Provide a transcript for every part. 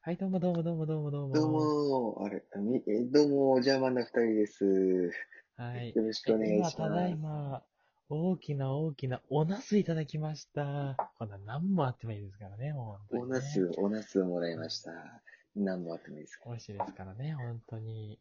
はい、どうもどうもどうもどうもどうどうも。 も、あれ、どうも、ジャーマンな二人です。よはい。 ろしくお願い今、ただいします。 ま、大きな大きなおナスいただきました。こんな何もあってもいいですからね、もう本当にね。 おナスもらいうん、 ました。何もあってもいいですか？ 美味しいですからね、本当に。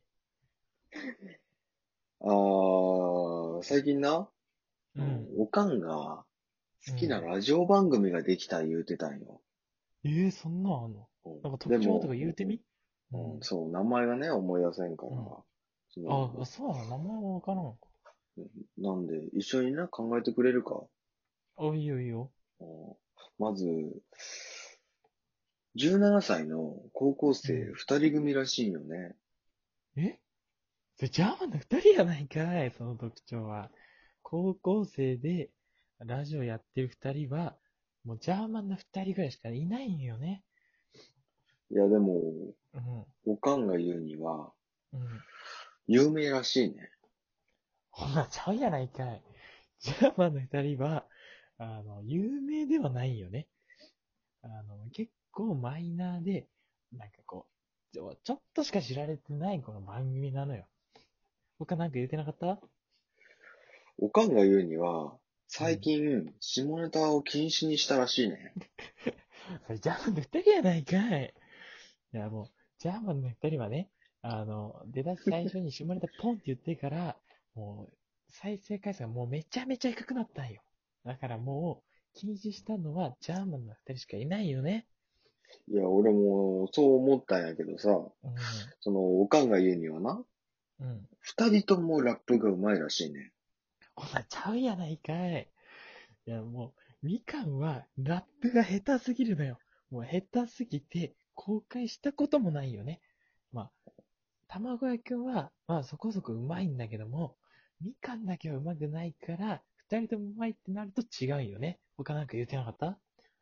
最近な、 うん、 おかんが好きなうん。 ラジオ番組ができた言うてたんよ。 そんなんあんの？ うん、 なんか特徴とかでも、 言うてみ。うん。 そう、名前がね、思い出せんから、 うん。 その、 そうなの？名前はわからんのか。 なんで、一緒にな、考えてくれるか？ いいよいいよ。 うんまず、17歳の高校生うん。 二人組らしいよね。 えそれジャーマンの二人やないかい、その特徴は。高校生でラジオやってる二人は、もうジャーマンの二人ぐらいしかいないんよね。 いや、でも、 うん。 おかんが言うには、 うん。 有名らしいね。 ほな、ちゃうやないかい。ジャーマンの二人は、有名ではないよね。結構マイナーで、なんかこう、ちょっとしか知られてないこの番組なのよ。他なんか言ってなかった？ おかんが言うには、最うん。 近、下ネタを禁止にしたらしいね。 それジャーマンの二人やないかい。いや、もう、ジャーマンの二人はね、出だし最初に下ネタポンって言ってから、もう、再生回数がもうめちゃめちゃ低くなったんよ。だからもう、禁止したのはジャーマンの二人しかいないよね。 いや、俺もそう思ったんやけどさ、 うん、 その、おかんが言うにはな、 うん。 二人ともラップがうまいらしいね。 ほな、ちゃうやないかい。いや、もう、みかんはラップが下手すぎるのよ。もう下手すぎて、公開したこともないよね。まあ、卵焼きは、まあそこそこうまいんだけども、みかんだけはうまくないから、二人ともうまいってなると違うよね。他なんか言ってなかった？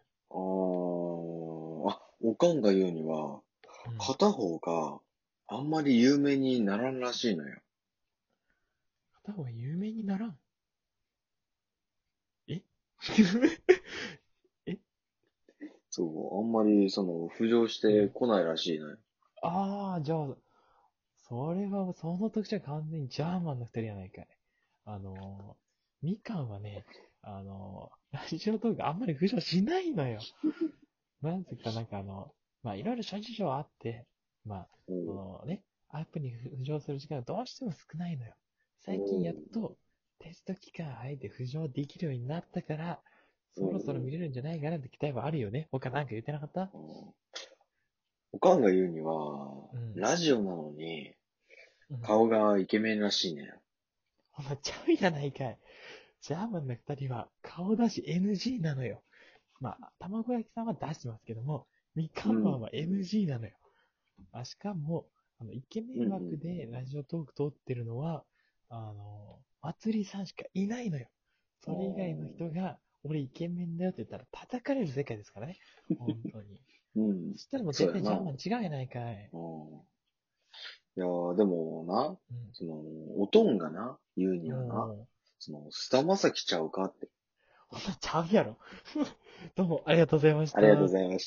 おかんが言うには、 うん。 片方があんまり有名にならんらしいのよ。 片方が有名にならん。ええそう、あんまりその、浮上してうん。 こないらしいのよ。 じゃあ、それは、その特徴は完全にジャーマンの二人やないかい。みかんはね、ラジオトークあんまり浮上しないのよ。なぜかなんかまあ、いろいろ諸事情あって、まあ、 うん、 そのね、アップに浮上する時間がどうしても少ないのよ。 う最近やっん、 とテスト期間入って浮上できるようになったから、 うん、 そろそろうん。 見れるんじゃないかなって期待はあるよね。他なんか言ってなかった？ うんおかんが言うには、 うん。 ラジオなのに、 うん。 顔がイケメンらしいね。 ほな、ちゃうやないかい。ジャーマンの二人は顔出し NG なのよ。まあ、卵焼きさんは出してますけども、みかうん、 んマンは NG なのよ。しかも、イケメうん、 ンうん。 枠でラジオトーク通ってるのは、まつりさんしかいないのよ。 あそれ以外の人が、俺イケメンだよって言ったら叩かれる世界ですからね。本当に。 うん、 そしたらもう絶そうやな。 対ジャーマン違うやないかい。 いやでもな、 うん。 その、おとんがな、言うにはな、 もう、 その、菅田将暉ちゃうかって。 ほんなちゃうやろ。どうもありがとうございましありがとうごた。 ざいました。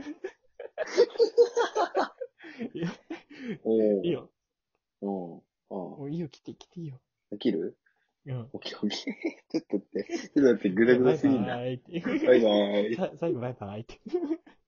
いやいいおー、 よ。 うん、 もういいよ、来ていいよ。 切るうん。 オッケーオッケー。ちょっと待って、ちょっと待って、グダグダバイバすぎんな。 ーイって。 バイバイ。 最後バイバーイって。